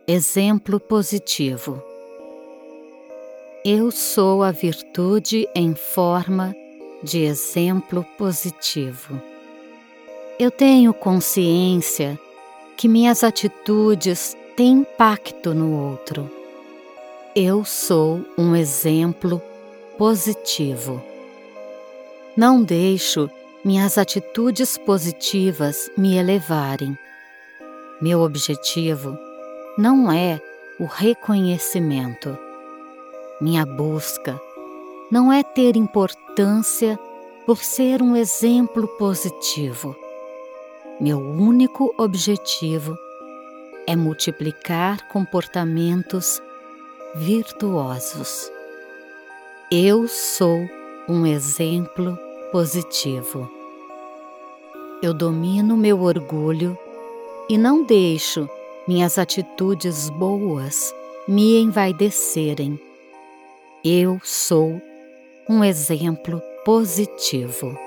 Exemplo positivo. Eu sou a virtude em forma de exemplo positivo. Eu tenho consciência que minhas atitudes têm impacto no outro. Eu sou um exemplo positivo. Não deixo minhas atitudes positivas me elevarem. Meu objetivo não é o reconhecimento. Minha busca não é ter importância por ser um exemplo positivo. Meu único objetivo é multiplicar comportamentos virtuosos. Eu sou um exemplo positivo. Eu domino meu orgulho e não deixo minhas atitudes boas me envaidecerem. Eu sou um exemplo positivo.